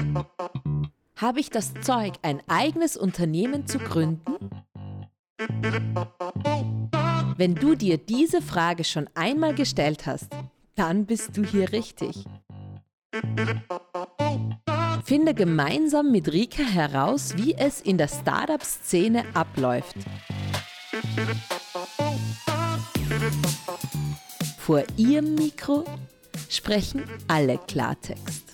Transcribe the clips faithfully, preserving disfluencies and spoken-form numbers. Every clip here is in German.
Habe ich das Zeug, ein eigenes Unternehmen zu gründen? Wenn du dir diese Frage schon einmal gestellt hast, dann bist du hier richtig. Finde gemeinsam mit Rika heraus, wie es in der Startup-Szene abläuft. Vor ihrem Mikro sprechen alle Klartext.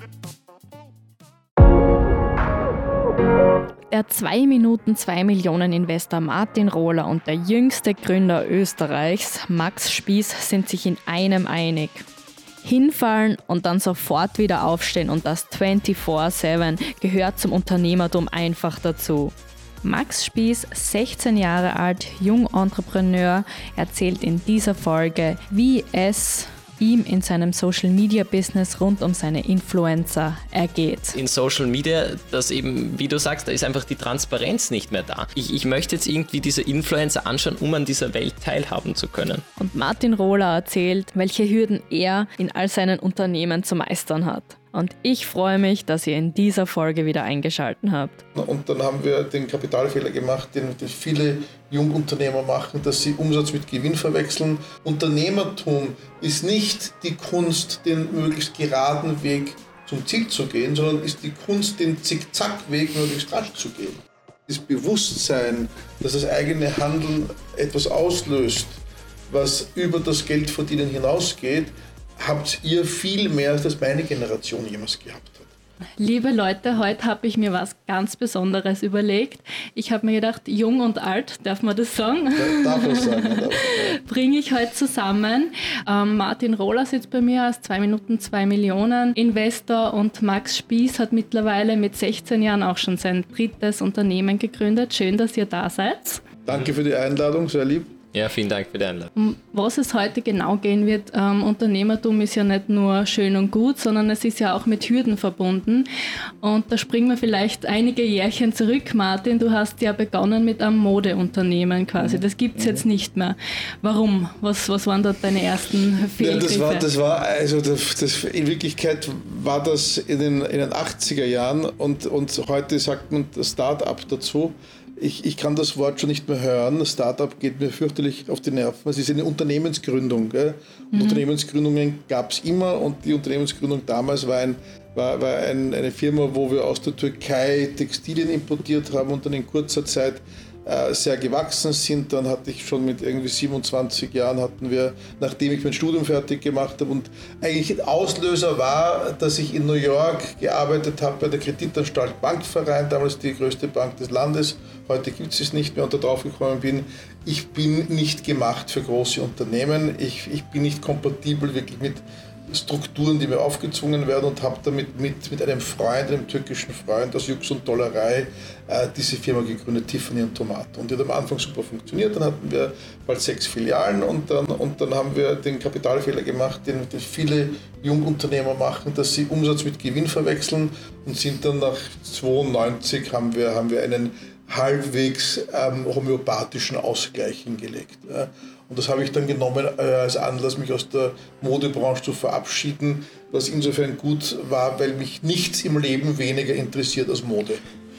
Der zwei Minuten zwei Millionen Investor Martin Rohler und der jüngste Gründer Österreichs, Max Spieß, sind sich in einem einig. Hinfallen und dann sofort wieder aufstehen und das vierundzwanzig sieben gehört zum Unternehmertum einfach dazu. Max Spieß, sechzehn Jahre alt, Jungentrepreneur, erzählt in dieser Folge, wie es ihm in seinem Social-Media-Business rund um seine Influencer ergeht. In Social Media, das eben, wie du sagst, da ist einfach die Transparenz nicht mehr da. Ich, ich möchte jetzt irgendwie diese Influencer anschauen, um an dieser Welt teilhaben zu können. Und Martin Rohler erzählt, welche Hürden er in all seinen Unternehmen zu meistern hat. Und ich freue mich, dass ihr in dieser Folge wieder eingeschaltet habt. Und dann haben wir den Kapitalfehler gemacht, den viele Jungunternehmer machen, dass sie Umsatz mit Gewinn verwechseln. Unternehmertum ist nicht die Kunst, den möglichst geraden Weg zum Ziel zu gehen, sondern ist die Kunst, den Zickzackweg möglichst rasch zu gehen. Das Bewusstsein, dass das eigene Handeln etwas auslöst, was über das Geldverdienen hinausgeht, habt ihr viel mehr, als das meine Generation jemals gehabt hat. Liebe Leute, heute habe ich mir was ganz Besonderes überlegt. Ich habe mir gedacht, jung und alt, darf man das sagen? Ja, darf man sagen. Ja. Bringe ich heute zusammen. Ähm, Martin Rohler sitzt bei mir als zwei Minuten zwei Millionen Investor und Max Spieß hat mittlerweile mit sechzehn Jahren auch schon sein drittes Unternehmen gegründet. Schön, dass ihr da seid. Danke für die Einladung, sehr lieb. Ja, vielen Dank für die Einladung. Um was es heute genau gehen wird, ähm, Unternehmertum ist ja nicht nur schön und gut, sondern es ist ja auch mit Hürden verbunden. Und da springen wir vielleicht einige Jährchen zurück, Martin. Du hast ja begonnen mit einem Modeunternehmen quasi. Das gibt es jetzt nicht mehr. Warum? Was, was waren dort deine ersten Fehlgriffe? Ja, das war, das war also das, das, in Wirklichkeit war das in den, in den achtziger Jahren und, und heute sagt man Start-up dazu. Ich, ich kann das Wort schon nicht mehr hören. Startup geht mir fürchterlich auf die Nerven. Es ist eine Unternehmensgründung. Gell? Mhm. Unternehmensgründungen gab es immer und die Unternehmensgründung damals war, ein, war, war ein, eine Firma, wo wir aus der Türkei Textilien importiert haben und dann in kurzer Zeit äh, sehr gewachsen sind. Dann hatte ich schon mit irgendwie siebenundzwanzig Jahren hatten wir, nachdem ich mein Studium fertig gemacht habe und eigentlich ein Auslöser war, dass ich in New York gearbeitet habe bei der Kreditanstalt Bankverein, damals die größte Bank des Landes. Heute gibt es es nicht mehr und da drauf gekommen bin, ich bin nicht gemacht für große Unternehmen, ich, ich bin nicht kompatibel wirklich mit Strukturen, die mir aufgezwungen werden und habe damit mit, mit einem Freund, einem türkischen Freund aus Jux und Dollerei äh, diese Firma gegründet, Tiffany und Tomato. Und die hat am Anfang super funktioniert, dann hatten wir bald sechs Filialen und dann, und dann haben wir den Kapitalfehler gemacht, den, den viele Jungunternehmer machen, dass sie Umsatz mit Gewinn verwechseln und sind dann nach zweiundneunzig haben wir, haben wir einen halbwegs ähm, homöopathischen Ausgleich hingelegt. Ja. Und das habe ich dann genommen äh, als Anlass, mich aus der Modebranche zu verabschieden, was insofern gut war, weil mich nichts im Leben weniger interessiert als Mode.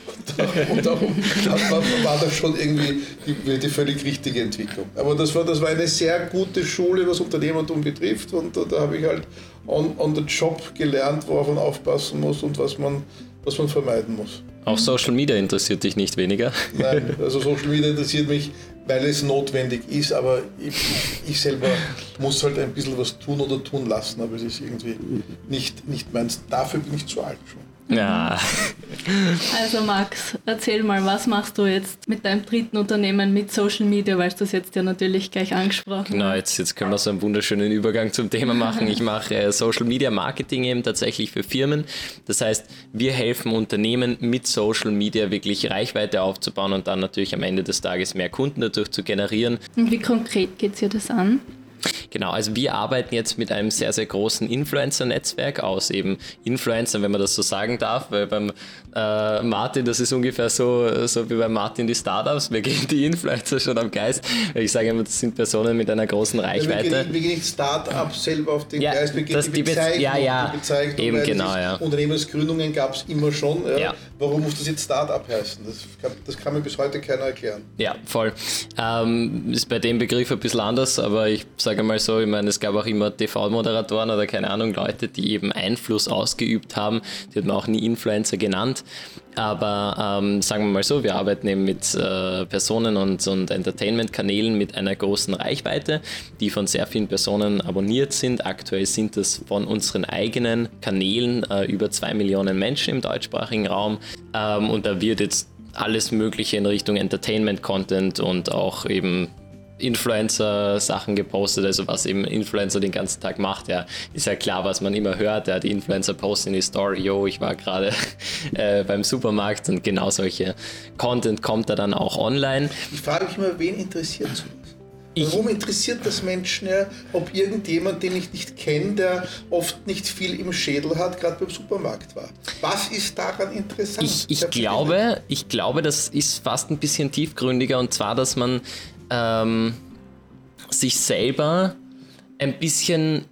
Und darum war das schon irgendwie die, die völlig richtige Entwicklung. Aber das war, das war eine sehr gute Schule, was Unternehmertum betrifft. Und da, da habe ich halt on, on the job gelernt, worauf man aufpassen muss und was man, was man vermeiden muss. Auch Social Media interessiert dich nicht weniger? Nein, also Social Media interessiert mich, weil es notwendig ist, aber ich, ich selber muss halt ein bisschen was tun oder tun lassen, aber es ist irgendwie nicht, nicht meins. Dafür bin ich zu alt schon. Ja. Also Max, erzähl mal, was machst du jetzt mit deinem dritten Unternehmen mit Social Media, weil du das jetzt ja natürlich gleich angesprochen hast. Genau, jetzt, jetzt können wir so einen wunderschönen Übergang zum Thema machen. Ich mache äh, Social Media Marketing eben tatsächlich für Firmen. Das heißt, wir helfen Unternehmen mit Social Media wirklich Reichweite aufzubauen und dann natürlich am Ende des Tages mehr Kunden dadurch zu generieren. Und wie konkret geht es dir das an? Genau, also wir arbeiten jetzt mit einem sehr, sehr großen Influencer-Netzwerk aus eben Influencer, wenn man das so sagen darf, weil beim äh, Martin, das ist ungefähr so, so wie beim Martin die Startups, mir gehen die Influencer schon am Geist, weil ich sage immer, das sind Personen mit einer großen Reichweite. Ja, wir, gehen, wir gehen nicht Startups selber auf den ja, Geist, wir gehen das, die die Bezeichnung. Ja, ja, die Bezeichnung, eben genau, ja. Unternehmensgründungen gab es immer schon. Ja. Ja. Warum muss das jetzt Startup heißen? Das kann, das kann mir bis heute keiner erklären. Ja, voll. Ähm, ist bei dem Begriff ein bisschen anders, aber ich sage mal so, ich meine, es gab auch immer T V-Moderatoren oder keine Ahnung, Leute, die eben Einfluss ausgeübt haben. Die hat man auch nie Influencer genannt. Aber ähm, sagen wir mal so, wir arbeiten eben mit äh, Personen und, und Entertainment-Kanälen mit einer großen Reichweite, die von sehr vielen Personen abonniert sind. Aktuell sind das von unseren eigenen Kanälen äh, über zwei Millionen Menschen im deutschsprachigen Raum. Ähm, und da wird jetzt alles Mögliche in Richtung Entertainment-Content und auch eben Influencer-Sachen gepostet, also was eben Influencer den ganzen Tag macht, ja, ist ja klar, was man immer hört, ja, die Influencer posten in die Story, yo, ich war gerade äh, beim Supermarkt und genau solche Content kommt da dann auch online. Ich frage mich immer, wen interessiert sowas? Ich Warum interessiert das Menschen ja, ob irgendjemand, den ich nicht kenne, der oft nicht viel im Schädel hat, gerade beim Supermarkt war? Was ist daran interessant? Ich, ich, glaube, ich glaube, das ist fast ein bisschen tiefgründiger und zwar, dass man ähm, sich selber ein bisschen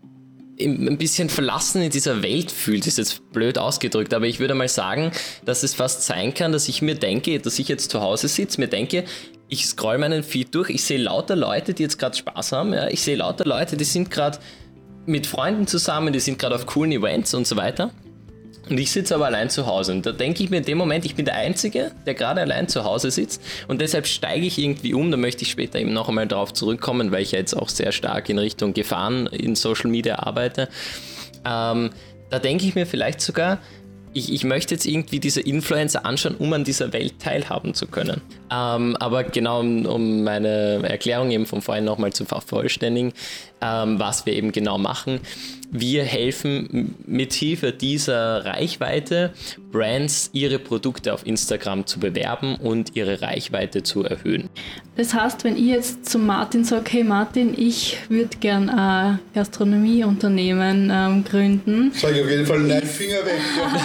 ein bisschen verlassen in dieser Welt fühlt, ist jetzt blöd ausgedrückt, aber ich würde mal sagen, dass es fast sein kann, dass ich mir denke, dass ich jetzt zu Hause sitze, mir denke, ich scroll meinen Feed durch, ich sehe lauter Leute, die jetzt gerade Spaß haben, ja, ich sehe lauter Leute, die sind gerade mit Freunden zusammen, die sind gerade auf coolen Events und so weiter. Und ich sitze aber allein zu Hause und da denke ich mir in dem Moment, ich bin der Einzige, der gerade allein zu Hause sitzt und deshalb steige ich irgendwie um, da möchte ich später eben noch einmal darauf zurückkommen, weil ich ja jetzt auch sehr stark in Richtung Gefahren in Social Media arbeite. Ähm, da denke ich mir vielleicht sogar, ich, ich möchte jetzt irgendwie diese Influencer anschauen, um an dieser Welt teilhaben zu können. Ähm, aber genau, um, um meine Erklärung eben von vorhin nochmal zu vervollständigen, ähm, was wir eben genau machen. Wir helfen mithilfe dieser Reichweite Brands, ihre Produkte auf Instagram zu bewerben und ihre Reichweite zu erhöhen. Das heißt, wenn ich jetzt zu Martin sage, hey Martin, ich würde gern ein Gastronomieunternehmen ähm, gründen. Sag ich auf jeden Fall, nein, Finger weg.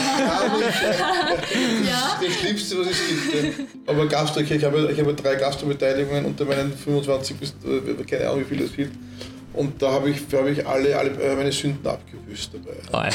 Ja. Das Schlimmste, was es gibt. Aber Gastro, ich habe, ich habe drei Gastrobeteiligungen unter meinen fünfundzwanzig bis, keine Ahnung wie viel das gibt. Und da habe ich, hab ich alle, alle meine Sünden abgebüßt dabei.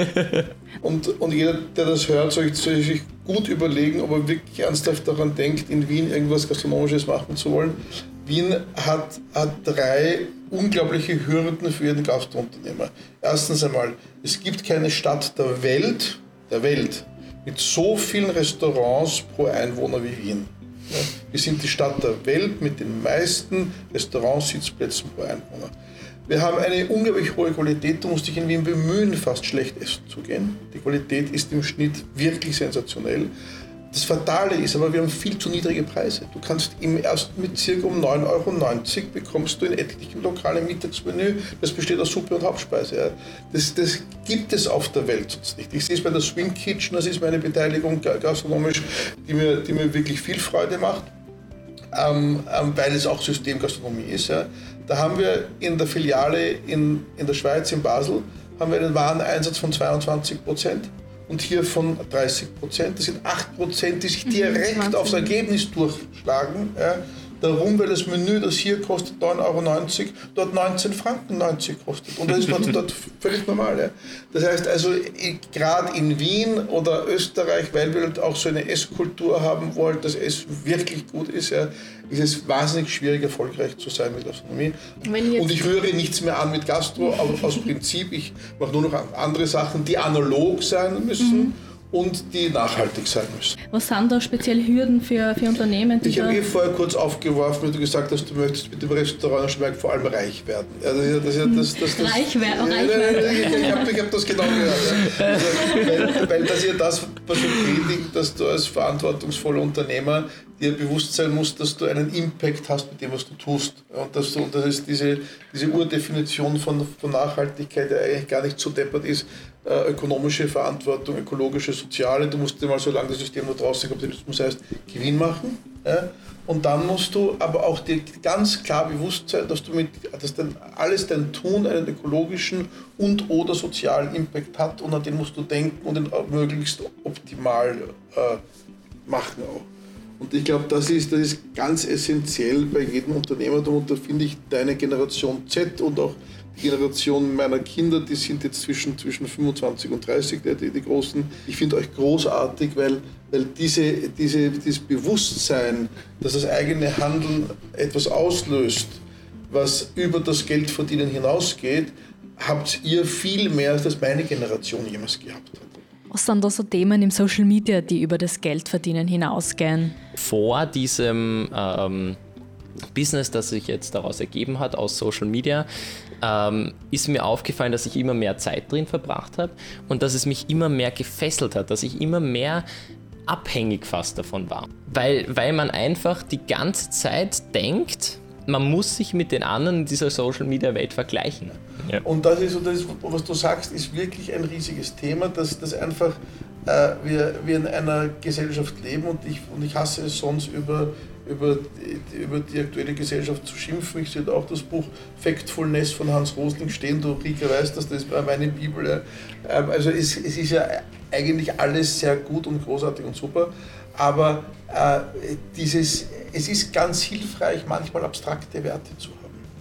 Oh. und, und jeder, der das hört, soll, ich, soll sich gut überlegen, ob er wirklich ernsthaft daran denkt, in Wien irgendwas Gastronomisches machen zu wollen. Wien hat, hat drei unglaubliche Hürden für jeden Gastrounternehmer. Erstens einmal, es gibt keine Stadt der Welt, der Welt mit so vielen Restaurants pro Einwohner wie Wien. Wir sind die Stadt der Welt mit den meisten Restaurantssitzplätzen pro Einwohner. Wir haben eine unglaublich hohe Qualität, du musst dich in Wien bemühen, fast schlecht essen zu gehen. Die Qualität ist im Schnitt wirklich sensationell. Das Fatale ist aber, wir haben viel zu niedrige Preise. Du kannst im ersten mit ca. um neun Euro neunzig bekommst du in etlichen lokalen Mittagsmenü, das besteht aus Suppe und Hauptspeise. Das, das gibt es auf der Welt sonst nicht. Ich sehe es bei der Swing Kitchen, das ist meine Beteiligung gastronomisch, die mir, die mir wirklich viel Freude macht, ähm, ähm, weil es auch Systemgastronomie ist. Ja. Da haben wir in der Filiale in, in der Schweiz, in Basel, haben wir einen Wareneinsatz von zweiundzwanzig Prozent. Und hier von dreißig Prozent. Das sind acht Prozent, die sich direkt mhm, aufs Ergebnis durchschlagen. Ja. Darum, weil das Menü, das hier kostet neun Euro neunzig, dort neunzehn Franken neunzig kostet. Und das ist dort, dort völlig normal. Ja. Das heißt also, gerade in Wien oder Österreich, weil wir halt auch so eine Esskultur haben wollen, dass es wirklich gut ist, ja, ist es wahnsinnig schwierig, erfolgreich zu sein mit Gastronomie. Und ich rühre nichts mehr an mit Gastro, aber aus Prinzip, ich mache nur noch andere Sachen, die analog sein müssen. Mhm. Und die nachhaltig sein müssen. Was sind da speziell Hürden für, für Unternehmen? Die ich habe eh vorher kurz aufgeworfen, weil du gesagt hast, du möchtest mit dem Restaurant vor allem reich werden. Also das, das, das, das, reich werden? Reich werden. Ich habe hab das genau gehört. Also, weil, weil das ja das, was wir predigen, dass du als verantwortungsvoller Unternehmer dir bewusst sein musst, dass du einen Impact hast mit dem, was du tust. Und dass du, das ist diese, diese Urdefinition von, von Nachhaltigkeit, die eigentlich gar nicht so deppert ist, äh, ökonomische Verantwortung, ökologische, soziale. Du musst dir mal, solange das System da draußen kommt, das muss heißt Gewinn machen. Ja? Und dann musst du aber auch dir ganz klar bewusst sein, dass du mit, dass dann alles dein Tun einen ökologischen und oder sozialen Impact hat und an den musst du denken und den möglichst optimal äh, machen auch. Und ich glaube, das ist, das ist ganz essentiell bei jedem Unternehmertum und da finde ich deine Generation Z und auch die Generation meiner Kinder, die sind jetzt zwischen, zwischen fünfundzwanzig und dreißig, die, die Großen. Ich finde euch großartig, weil, weil diese, diese, dieses Bewusstsein, dass das eigene Handeln etwas auslöst, was über das Geldverdienen hinausgeht, habt ihr viel mehr, als das meine Generation jemals gehabt hat. Was sind da so Themen im Social Media, die über das Geldverdienen hinausgehen? Vor diesem ähm, Business, das sich jetzt daraus ergeben hat aus Social Media, ähm, ist mir aufgefallen, dass ich immer mehr Zeit drin verbracht habe und dass es mich immer mehr gefesselt hat, dass ich immer mehr abhängig fast davon war. Weil, weil man einfach die ganze Zeit denkt, man muss sich mit den anderen in dieser Social-Media-Welt vergleichen. Ja. Und das ist, das ist, was du sagst, ist wirklich ein riesiges Thema, dass, dass einfach äh, wir, wir in einer Gesellschaft leben und ich, und ich hasse es sonst über, über, die, über die aktuelle Gesellschaft zu schimpfen. Ich sehe auch das Buch Factfulness von Hans Rosling stehen, du Rika weißt, dass das ist meine Bibel. Äh, also es, es ist ja eigentlich alles sehr gut und großartig und super, aber äh, dieses, es ist ganz hilfreich, manchmal abstrakte Werte zu haben.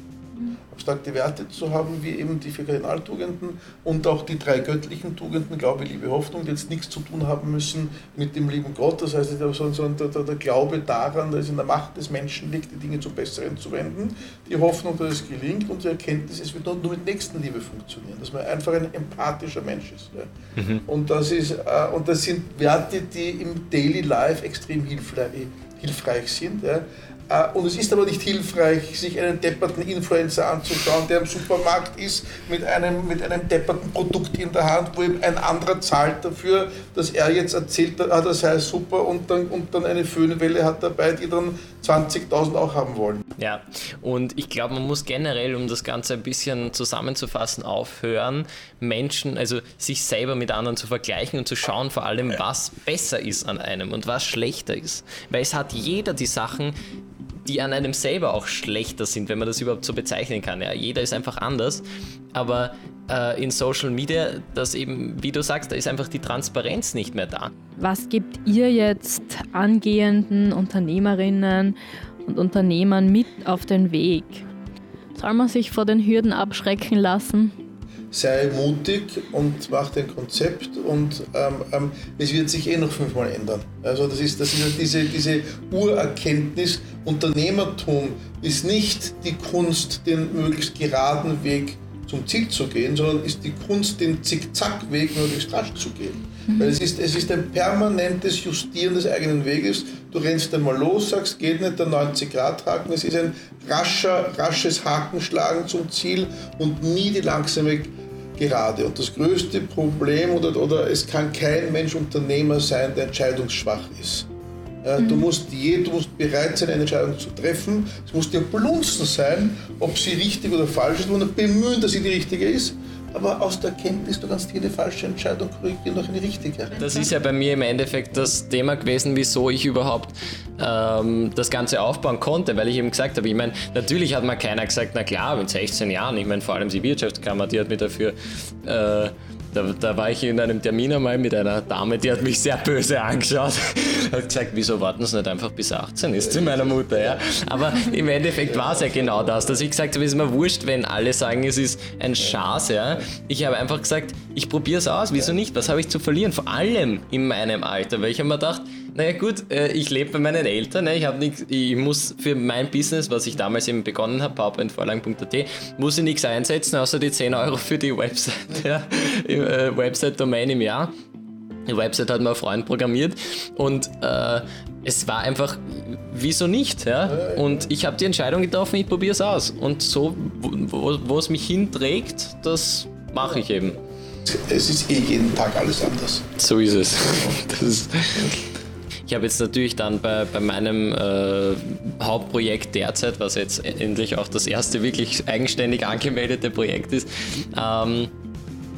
Abstrakte Werte zu haben, wie eben die vier Kardinaltugenden und auch die drei göttlichen Tugenden, Glaube, Liebe, Hoffnung, die jetzt nichts zu tun haben müssen mit dem lieben Gott. Das heißt, der, der, der Glaube daran, dass es in der Macht des Menschen liegt, die Dinge zum Besseren zu wenden, die Hoffnung, dass es gelingt und die Erkenntnis, es wird nur, nur mit Nächstenliebe funktionieren, dass man einfach ein empathischer Mensch ist. Ja. Mhm. Und, das ist äh, und das sind Werte, die im Daily Life extrem hilfreich, hilfreich sind. Ja. Und es ist aber nicht hilfreich, sich einen depperten Influencer anzuschauen, der im Supermarkt ist mit einem, mit einem depperten Produkt in der Hand, wo ihm ein anderer zahlt dafür, dass er jetzt erzählt, das sei super und dann, und dann eine Föhnwelle hat dabei, die dann zwanzigtausend auch haben wollen. Ja, und ich glaube, man muss generell, um das Ganze ein bisschen zusammenzufassen, aufhören, Menschen, also sich selber mit anderen zu vergleichen und zu schauen vor allem, was besser ist an einem und was schlechter ist. Weil es hat jeder die Sachen, die an einem selber auch schlechter sind, wenn man das überhaupt so bezeichnen kann. Ja, jeder ist einfach anders, aber äh, in Social Media, das eben, wie du sagst, da ist einfach die Transparenz nicht mehr da. Was gibt ihr jetzt angehenden Unternehmerinnen und Unternehmern mit auf den Weg? Soll man sich vor den Hürden abschrecken lassen? Sei mutig und mach dein Konzept und ähm, ähm, es wird sich eh noch fünfmal ändern. Also das ist, das ist diese, diese Urerkenntnis, Unternehmertum ist nicht die Kunst, den möglichst geraden Weg zum Ziel zu gehen, sondern ist die Kunst, den Zickzackweg möglichst rasch zu gehen. Mhm. Weil es ist, es ist ein permanentes Justieren des eigenen Weges. Du rennst einmal los, sagst, geht nicht der neunzig Grad Haken. Es ist ein rascher, rasches Hakenschlagen zum Ziel und nie die langsame Gerade. Und das größte Problem, oder, oder es kann kein Mensch Unternehmer sein, der entscheidungsschwach ist. Ja, mhm. du, musst je, du musst bereit sein, eine Entscheidung zu treffen. Es muss dir blunzen sein, ob sie richtig oder falsch ist, und bemühen, dass sie die richtige ist. Aber aus der Kenntnis, du kannst jede falsche Entscheidung korrigieren durch eine richtige. Das ist ja bei mir im Endeffekt das Thema gewesen, wieso ich überhaupt ähm, das Ganze aufbauen konnte, weil ich eben gesagt habe, ich meine, natürlich hat mir keiner gesagt, na klar, mit sechzehn Jahren, ich meine, vor allem die Wirtschaftskammer, die hat mir dafür, äh, da, da war ich in einem Termin einmal mit einer Dame, die hat mich sehr böse angeschaut, hat gesagt, wieso warten Sie nicht einfach bis achtzehn ist, zu meiner Mutter, ja. Aber im Endeffekt war es ja genau das, dass ich gesagt habe, es ist mir wurscht, wenn alle sagen, es ist ein Schatz, ja. Ich habe einfach gesagt, ich probiere es aus, wieso nicht, was habe ich zu verlieren, vor allem in meinem Alter, weil ich habe mir gedacht, naja gut, ich lebe bei meinen Eltern, ich, hab nix, ich muss für mein Business, was ich damals eben begonnen habe, powerpoint vorlagen punkt a t, muss ich nichts einsetzen, außer die zehn Euro für die Website, ja, Website-Domain im Jahr. Die Website hat mir ein Freund programmiert und äh, es war einfach, wieso nicht? Ja? Und ich habe die Entscheidung getroffen, ich probiere es aus. Und so, wo, wo es mich hinträgt, das mache ich eben. Es ist eh jeden Tag alles anders. So ist es. Das ist Ich habe jetzt natürlich dann bei, bei meinem äh, Hauptprojekt derzeit, was jetzt endlich auch das erste wirklich eigenständig angemeldete Projekt ist, ähm,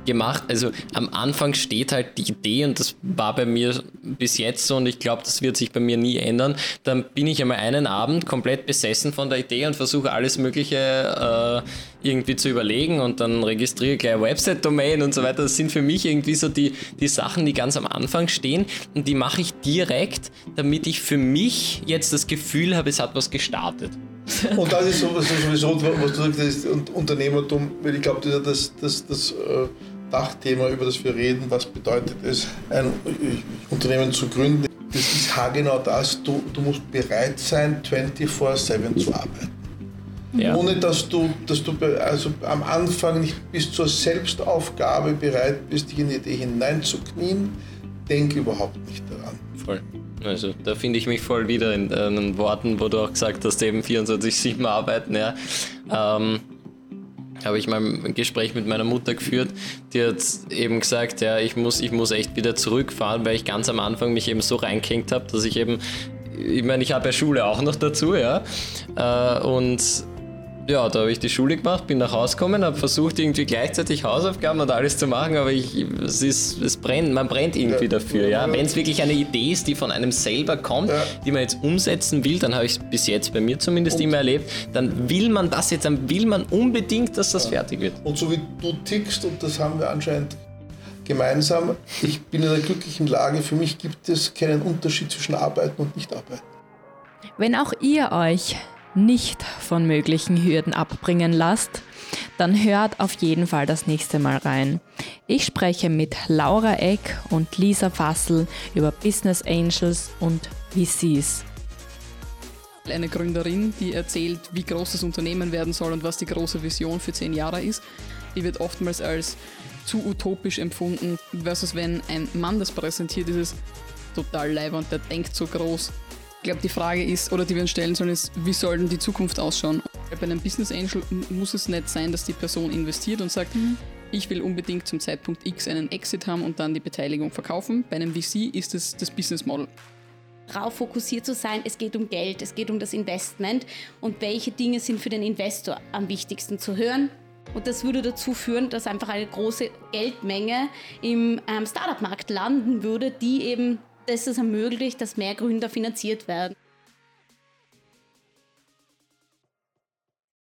gemacht. Also am Anfang steht halt die Idee und das war bei mir bis jetzt so und ich glaube, das wird sich bei mir nie ändern. Dann bin ich einmal einen Abend komplett besessen von der Idee und versuche alles Mögliche äh, irgendwie zu überlegen und dann registriere gleich eine Website-Domain und so weiter. Das sind für mich irgendwie so die, die Sachen, die ganz am Anfang stehen und die mache ich direkt, damit ich für mich jetzt das Gefühl habe, es hat was gestartet. Und das ist sowieso, was du sagst, Unternehmertum, weil ich glaube, das, das, das, das Dachthema, über das wir reden, was bedeutet es, ein Unternehmen zu gründen, das ist haargenau das, du, du musst bereit sein, vierundzwanzig sieben zu arbeiten. Ja. Ohne dass du, dass du also am Anfang nicht bis zur Selbstaufgabe bereit bist, dich in die Idee hineinzuknien, denk überhaupt nicht daran. Voll. Also da finde ich mich voll wieder in den Worten, wo du auch gesagt hast, eben vierundzwanzig sieben arbeiten. Ja. Ähm, habe ich mal ein Gespräch mit meiner Mutter geführt, die hat eben gesagt, ja, ich muss, ich muss echt wieder zurückfahren, weil ich ganz am Anfang mich eben so reingehängt habe, dass ich eben, ich meine, ich habe ja Schule auch noch dazu, ja, äh, und ja, da habe ich die Schule gemacht, bin nach Hause gekommen, habe versucht irgendwie gleichzeitig Hausaufgaben und alles zu machen, aber ich, es ist, es brennt, man brennt irgendwie ja. dafür. Ja? Wenn es wirklich eine Idee ist, die von einem selber kommt, ja. die man jetzt umsetzen will, dann habe ich es bis jetzt bei mir zumindest und immer erlebt, dann will man das jetzt, dann will man unbedingt, dass das ja. fertig wird. Und so wie du tickst, und das haben wir anscheinend gemeinsam, ich bin in einer glücklichen Lage, für mich gibt es keinen Unterschied zwischen Arbeiten und Nicht-Arbeiten. Wenn auch ihr euch nicht von möglichen Hürden abbringen lasst, dann hört auf jeden Fall das nächste Mal rein. Ich spreche mit Laura Eck und Lisa Fassel über Business Angels und V Cs. Eine Gründerin, die erzählt, wie groß das Unternehmen werden soll und was die große Vision für zehn Jahre ist, die wird oftmals als zu utopisch empfunden, versus wenn ein Mann das präsentiert, ist es total leibernd, der denkt so groß. Ich glaube, die Frage ist, oder die wir uns stellen sollen, ist, wie soll denn die Zukunft ausschauen? Bei einem Business Angel muss es nicht sein, dass die Person investiert und sagt, mhm. ich will unbedingt zum Zeitpunkt X einen Exit haben und dann die Beteiligung verkaufen. Bei einem V C ist es das Business Model. Darauf fokussiert zu sein, es geht um Geld, es geht um das Investment und welche Dinge sind für den Investor am wichtigsten zu hören. Und das würde dazu führen, dass einfach eine große Geldmenge im ähm, Startup-Markt landen würde, die eben das ermöglicht, dass mehr Gründer finanziert werden.